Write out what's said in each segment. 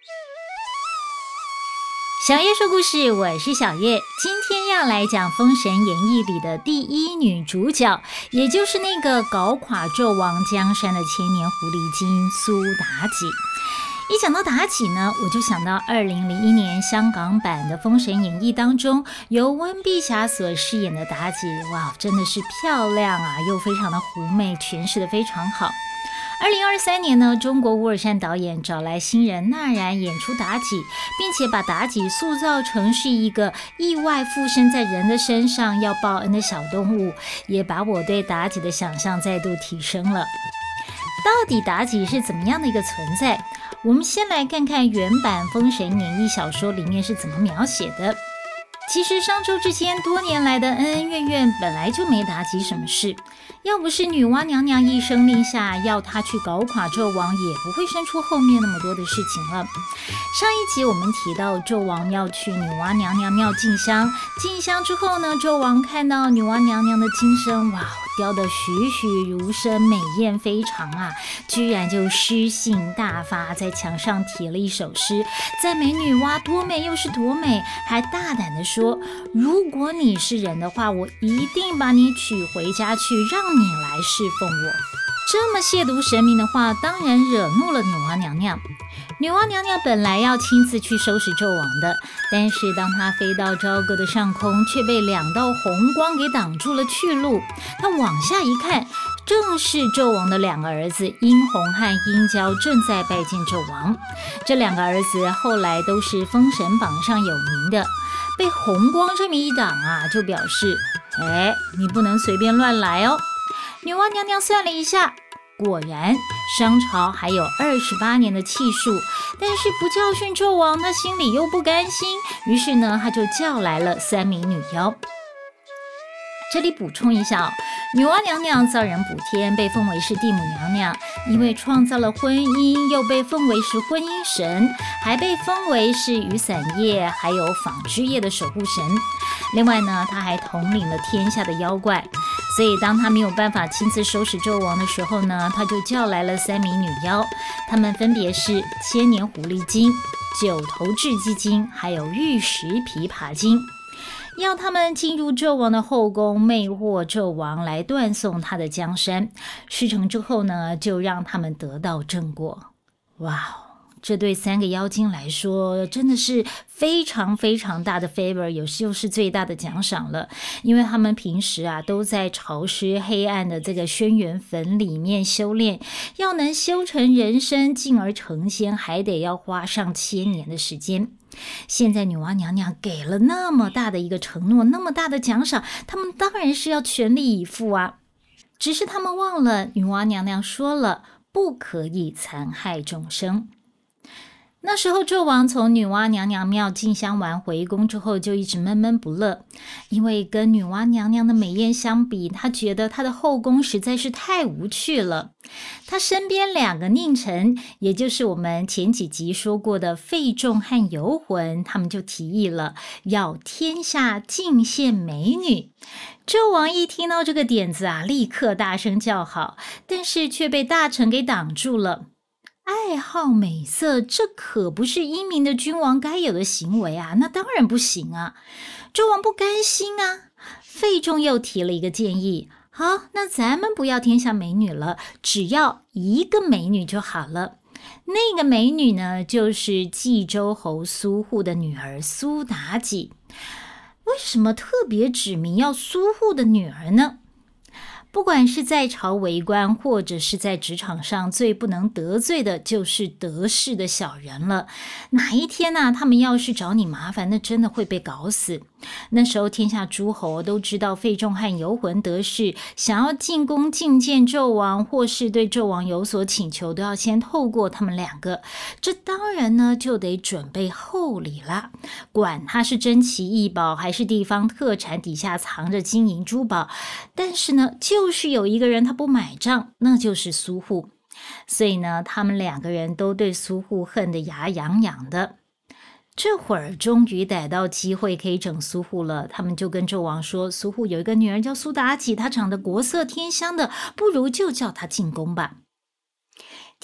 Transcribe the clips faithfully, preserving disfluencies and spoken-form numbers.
小叶说故事，我是小叶，今天要来讲《封神演义》里的第一女主角，也就是那个搞垮纣王江山的千年狐狸精苏妲己。一讲到妲己呢，我就想到二零零一年香港版的《封神演义》当中，由温碧霞所饰演的妲己，哇，真的是漂亮啊，又非常的狐媚，诠释得非常好。二零二三年呢，中国乌尔善导演找来新人纳然演出妲己，并且把妲己塑造成是一个意外附身在人的身上要报恩的小动物，也把我对妲己的想象再度提升了。到底妲己是怎么样的一个存在？我们先来看看原版《封神演义》小说里面是怎么描写的。其实商周之间多年来的恩恩怨怨本来就没妲己什么事，要不是女娲娘娘一声令下要她去搞垮纣王，也不会生出后面那么多的事情了。上一集我们提到纣王要去女娲娘娘庙进香，进香之后呢，纣王看到女娲娘娘的金身，哇，雕得栩栩如生，美艳非常啊，居然就诗兴大发，在墙上题了一首诗，赞美女娲多美又是多美，还大胆地说，如果你是人的话，我一定把你娶回家去，让你来侍奉我。这么亵渎神明的话，当然惹怒了女娲娘娘。女娲娘娘本来要亲自去收拾纣王的，但是当她飞到朝歌的上空，却被两道红光给挡住了去路。她往下一看，正是纣王的两个儿子殷红和殷郊正在拜见纣王。这两个儿子后来都是封神榜上有名的，被红光这么一挡啊，就表示，哎，你不能随便乱来哦。女娲娘娘算了一下，果然商朝还有二十八年的气数，但是不教训纣王，他心里又不甘心，于是呢，他就叫来了三名女妖。这里补充一下哦，女娲娘娘造人补天，被封为是地母娘娘，因为创造了婚姻，又被封为是婚姻神，还被封为是雨伞叶还有纺织业的守护神。另外呢，她还统领了天下的妖怪，所以当她没有办法亲自收拾纣王的时候呢，她就叫来了三名女妖，她们分别是千年狐狸精、九头雉鸡精还有玉石琵琶精，要他们进入纣王的后宫，魅惑纣王来断送他的江山。事成之后呢，就让他们得到正果。哇，这对三个妖精来说真的是非常非常大的 favor， 有时就是最大的奖赏了，因为他们平时啊都在潮湿黑暗的这个轩辕坟里面修炼，要能修成人身进而成仙，还得要花上千年的时间。现在女娲娘娘给了那么大的一个承诺，那么大的奖赏，他们当然是要全力以赴啊。只是他们忘了女娲娘娘说了，不可以残害众生。那时候纣王从女娲娘娘庙进香完回宫之后，就一直闷闷不乐，因为跟女娲娘娘的美艳相比，他觉得他的后宫实在是太无趣了。他身边两个佞臣，也就是我们前几集说过的费仲和游魂，他们就提议了要天下尽献美女。纣王一听到这个点子啊，立刻大声叫好，但是却被大臣给挡住了。爱好美色，这可不是英明的君王该有的行为啊，那当然不行啊。纣王不甘心啊，费仲又提了一个建议，好，那咱们不要天下美女了，只要一个美女就好了。那个美女呢，就是冀州侯苏护的女儿苏妲己。为什么特别指明要苏护的女儿呢？不管是在朝为官，或者是在职场上，最不能得罪的就是得势的小人了。哪一天啊，他们要是找你麻烦，那真的会被搞死。那时候天下诸侯都知道费仲和游魂得势，想要进宫觐见纣王，或是对纣王有所请求，都要先透过他们两个。这当然呢，就得准备厚礼啦。管他是珍奇异宝，还是地方特产底下藏着金银珠宝，但是呢，就是有一个人他不买账，那就是苏护。所以呢，他们两个人都对苏护恨得牙痒痒的。这会儿终于逮到机会可以整苏护了，他们就跟纣王说，苏护有一个女儿叫苏妲己，她长得国色天香的，不如就叫她进宫吧。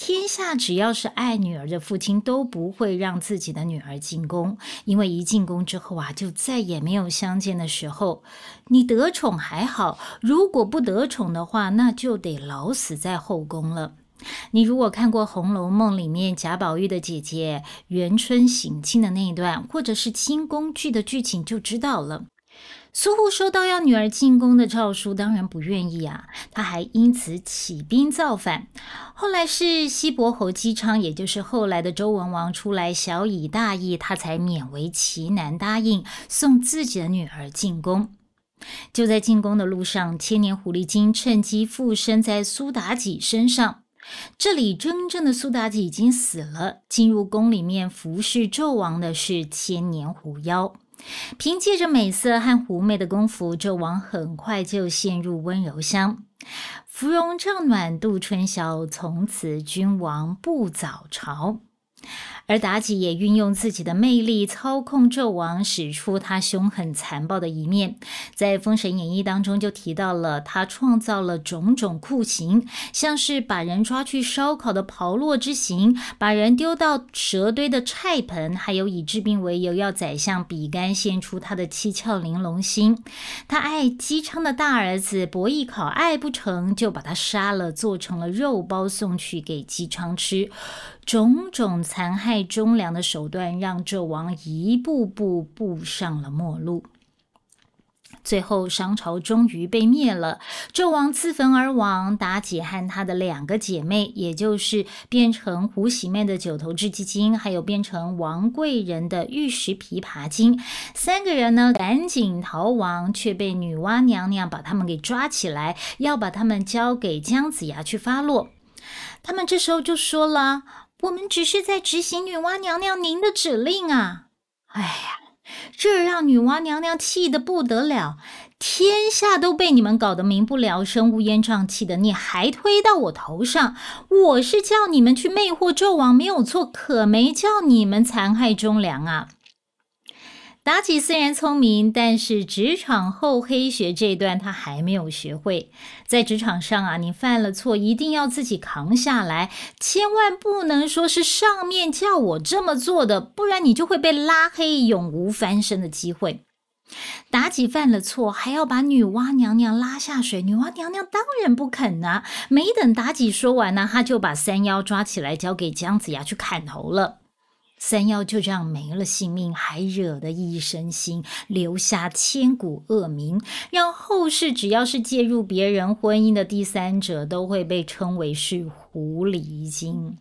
天下只要是爱女儿的父亲都不会让自己的女儿进宫，因为一进宫之后啊，就再也没有相见的时候。你得宠还好，如果不得宠的话，那就得老死在后宫了。你如果看过《红楼梦》里面贾宝玉的姐姐元春省亲的那一段，或者是清宫剧的剧情，就知道了。苏护收到要女儿进宫的诏书，当然不愿意啊，他还因此起兵造反。后来是西伯侯姬昌，也就是后来的周文王出来小以大义，他才勉为其难答应送自己的女儿进宫。就在进宫的路上，千年狐狸精趁机附身在苏妲己身上。这里真正的苏妲己已经死了，进入宫里面服侍纣王的是千年狐妖。凭借着美色和狐媚的功夫，纣王很快就陷入温柔乡。芙蓉帐暖度春宵，从此君王不早朝。而妲己也运用自己的魅力操控纣王，使出他凶狠残暴的一面。在《封神演义》当中就提到了，他创造了种种酷刑，像是把人抓去烧烤的炮烙之刑，把人丢到蛇堆的菜盆，还有以治病为由要宰相比干献出他的七窍玲珑心。他爱姬昌的大儿子伯邑考，爱不成就把他杀了，做成了肉包送去给姬昌吃。种种残害忠良的手段让纣王一步步步上了末路。最后商朝终于被灭了，纣王自焚而亡。妲己和她的两个姐妹，也就是变成胡喜妹的九头雉鸡精，还有变成王贵人的玉石琵琶精，三个人呢赶紧逃亡，却被女娲娘娘把他们给抓起来，要把他们交给姜子牙去发落。他们这时候就说了，我们只是在执行女娲娘娘您的指令啊！哎呀，这让女娲娘娘气得不得了，天下都被你们搞得民不聊生、乌烟瘴气的，你还推到我头上。我是叫你们去魅惑纣王没有错，可没叫你们残害忠良啊！妲己虽然聪明，但是职场厚黑学这一段她还没有学会。在职场上啊，你犯了错一定要自己扛下来，千万不能说是上面叫我这么做的，不然你就会被拉黑，永无翻身的机会。妲己犯了错，还要把女娲娘娘拉下水，女娲娘娘当然不肯啊。没等妲己说完呢，她就把三妖抓起来交给姜子牙去砍头了。三妖就这样没了性命，还惹得一身腥，留下千古恶名，让后世只要是介入别人婚姻的第三者，都会被称为是狐狸精。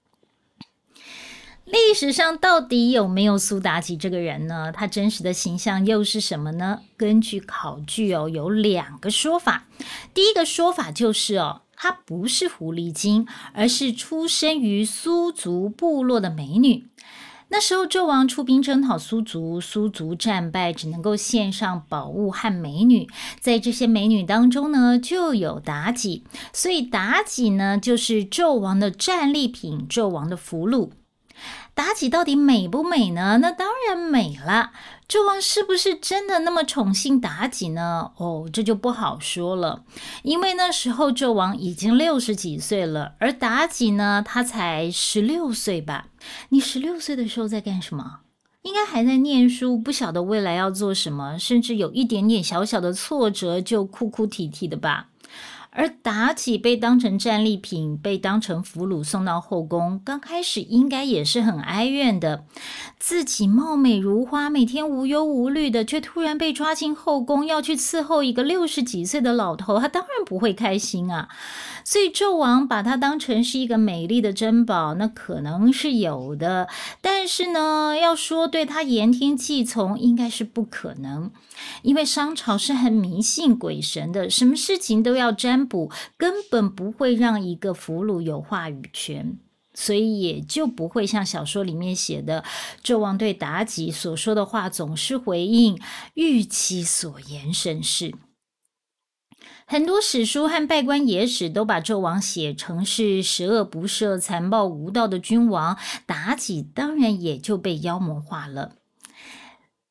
历史上到底有没有苏妲己这个人呢？她真实的形象又是什么呢？根据考据哦，有两个说法。第一个说法就是哦，她不是狐狸精，而是出生于苏族部落的美女。那时候纣王出兵征讨苏族，苏族战败，只能够献上宝物和美女。在这些美女当中呢，就有妲己，所以妲己呢就是纣王的战利品，纣王的俘虏。妲己到底美不美呢？那当然美了。纣王是不是真的那么宠幸妲己呢？哦，这就不好说了。因为那时候纣王已经六十几岁了，而妲己呢，她才十六岁吧。你十六岁的时候在干什么？应该还在念书，不晓得未来要做什么，甚至有一点点小小的挫折就哭哭啼啼的吧。而妲己被当成战利品，被当成俘虏送到后宫，刚开始应该也是很哀怨的。自己貌美如花，每天无忧无虑的，却突然被抓进后宫，要去伺候一个六十几岁的老头，他当然不会开心啊。所以纣王把她当成是一个美丽的珍宝，那可能是有的，但是呢，要说对她言听计从，应该是不可能。因为商朝是很迷信鬼神的，什么事情都要占卜，根本不会让一个俘虏有话语权，所以也就不会像小说里面写的，纣王对妲己所说的话总是回应御妻所言甚是。很多史书和拜官野史都把纣王写成是十恶不赦、残暴无道的君王，妲己当然也就被妖魔化了。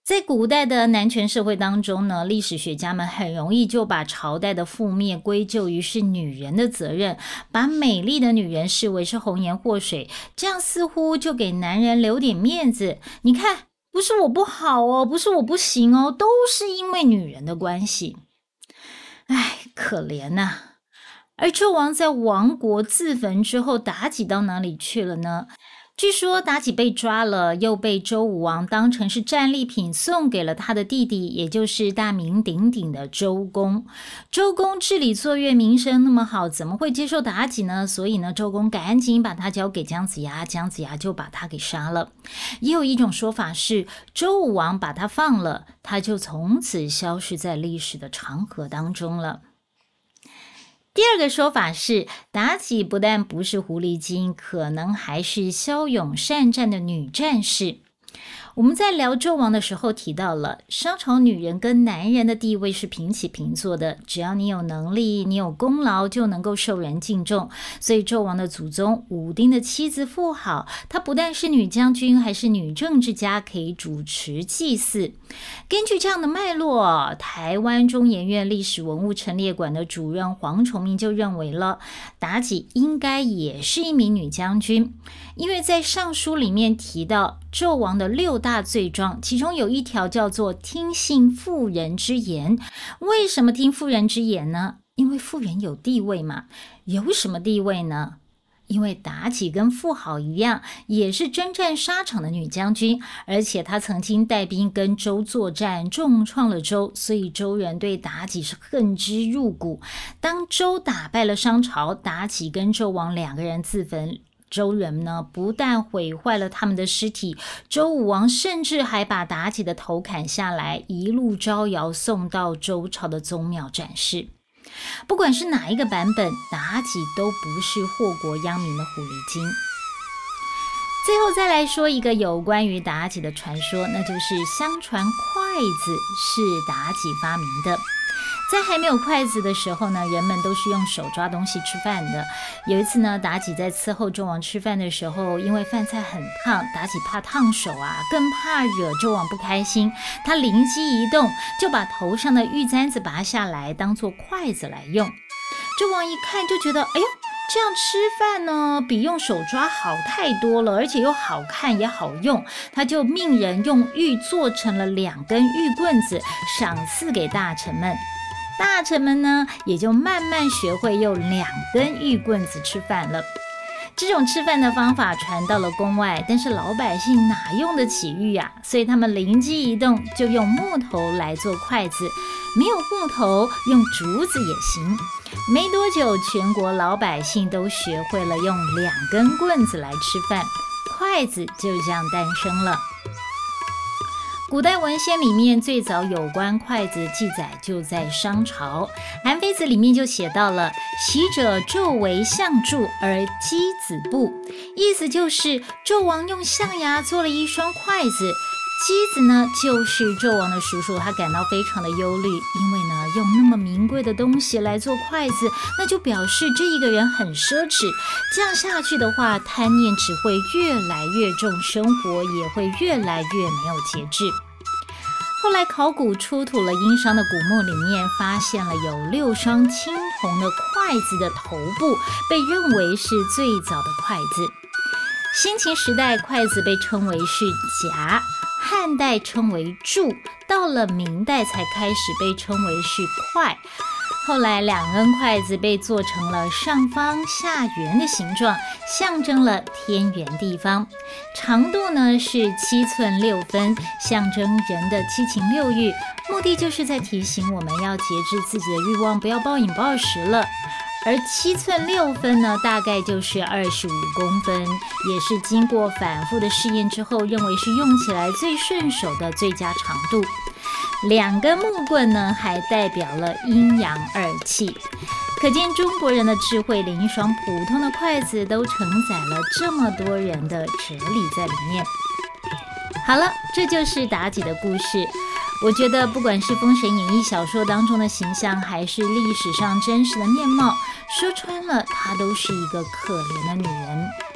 在古代的男权社会当中呢，历史学家们很容易就把朝代的覆灭归咎于是女人的责任，把美丽的女人视为是红颜祸水，这样似乎就给男人留点面子。你看，不是我不好哦，不是我不行哦，都是因为女人的关系。唉，可怜呐、啊。而纣王在亡国自焚之后，妲己到哪里去了呢？据说妲己被抓了，又被周武王当成是战利品送给了他的弟弟，也就是大名鼎鼎的周公。周公治理作乐，名声那么好，怎么会接受妲己呢？所以呢，周公赶紧把他交给姜子牙，姜子牙就把他给杀了。也有一种说法是，周武王把他放了，他就从此消失在历史的长河当中了。第二个说法是，妲己不但不是狐狸精，可能还是骁勇善战的女战士。我们在聊纣王的时候提到了，商朝女人跟男人的地位是平起平坐的，只要你有能力，你有功劳，就能够受人敬重。所以纣王的祖宗武丁的妻子妇好，她不但是女将军，还是女政治家，可以主持祭祀。根据这样的脉络，台湾中研院历史文物陈列馆的主任黄崇明就认为了，妲己应该也是一名女将军，因为在上书里面提到纣王的六大罪状，其中有一条叫做听信妇人之言。为什么听妇人之言呢？因为妇人有地位嘛。有什么地位呢？因为妲己跟妇好一样，也是征战沙场的女将军，而且她曾经带兵跟周作战，重创了周，所以周人对妲己是恨之入骨。当周打败了商朝，妲己跟纣王两个人自焚，周人呢不但毁坏了他们的尸体，周武王甚至还把妲己的头砍下来，一路招摇送到周朝的宗庙展示。不管是哪一个版本，妲己都不是祸国殃民的狐狸精。最后再来说一个有关于妲己的传说，那就是相传筷子是妲己发明的。在还没有筷子的时候呢，人们都是用手抓东西吃饭的。有一次呢，妲己在伺候纣王吃饭的时候，因为饭菜很烫，妲己怕烫手啊，更怕惹纣王不开心，她灵机一动，就把头上的玉簪子拔下来当做筷子来用。纣王一看就觉得，哎呦，这样吃饭呢，比用手抓好太多了，而且又好看也好用，他就命人用玉做成了两根玉棍子，赏赐给大臣们。大臣们呢，也就慢慢学会用两根玉棍子吃饭了。这种吃饭的方法传到了宫外，但是老百姓哪用得起玉啊？所以他们灵机一动，就用木头来做筷子。没有木头，用竹子也行。没多久，全国老百姓都学会了用两根棍子来吃饭，筷子就这样诞生了。古代文献里面最早有关筷子记载就在商朝，韩非子里面就写到了习者纣为象柱而箕子布，意思就是纣王用象牙做了一双筷子，箕子呢就是纣王的叔叔，他感到非常的忧虑，因为呢用那么名贵的东西来做筷子，那就表示这一个人很奢侈，这样下去的话，贪念只会越来越重，生活也会越来越没有节制。后来考古出土了殷商的古墓，里面发现了有六双青铜的筷子的头部，被认为是最早的筷子。先秦时代筷子被称为是夹，汉代称为柱，到了明代才开始被称为是筷。后来两根筷子被做成了上方下圆的形状，象征了天圆地方。长度呢是七寸六分，象征人的七情六欲，目的就是在提醒我们要节制自己的欲望，不要暴饮暴食了。而七寸六分呢，大概就是二十五公分，也是经过反复的试验之后，认为是用起来最顺手的最佳长度。两根木棍呢，还代表了阴阳二气，可见中国人的智慧，连一双普通的筷子都承载了这么多人的哲理在里面。好了，这就是妲己的故事。我觉得不管是《封神演义》小说当中的形象，还是历史上真实的面貌，说穿了，她都是一个可怜的女人。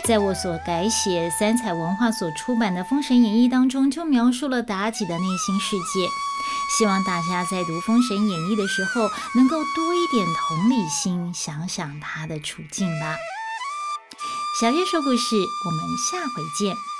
在我所改写三彩文化所出版的《封神演义》当中，就描述了妲己的内心世界。希望大家在读《封神演义》的时候，能够多一点同理心，想想她的处境吧。小月说故事，我们下回见。